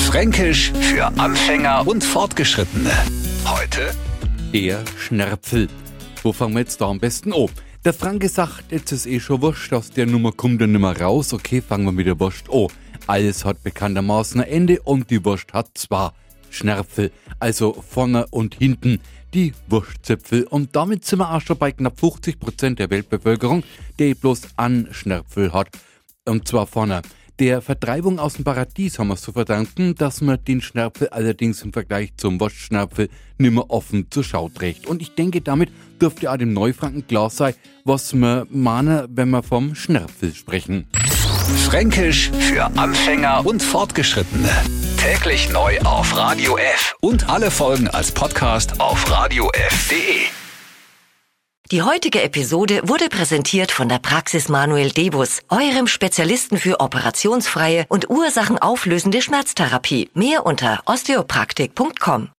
Fränkisch für Anfänger und Fortgeschrittene. Heute der Schnärpfel. Wo fangen wir jetzt da am besten an? Der Franke sagt, jetzt ist schon wurscht, aus der Nummer kommt er nimmer raus. Okay, fangen wir mit der Wurst an. Alles hat bekanntermaßen ein Ende und die Wurst hat zwar Schnärpfel, also vorne und hinten die Wurstzipfel. Und damit sind wir auch schon bei knapp 50% der Weltbevölkerung, die bloß einen Schnärpfel hat. Und zwar vorne. Der Vertreibung aus dem Paradies haben wir es zu verdanken, dass man den Schnärpfel allerdings im Vergleich zum Wurstschnärpfel nimmer offen zur Schau trägt. Und ich denke, damit dürfte auch dem Neufranken klar sein, was wir meinen, wenn wir vom Schnärpfel sprechen. Fränkisch für Anfänger und Fortgeschrittene. Täglich neu auf Radio F und alle Folgen als Podcast auf radiof.de. Die heutige Episode wurde präsentiert von der Praxis Manuel Debus, eurem Spezialisten für operationsfreie und ursachenauflösende Schmerztherapie. Mehr unter osteopraktik.com.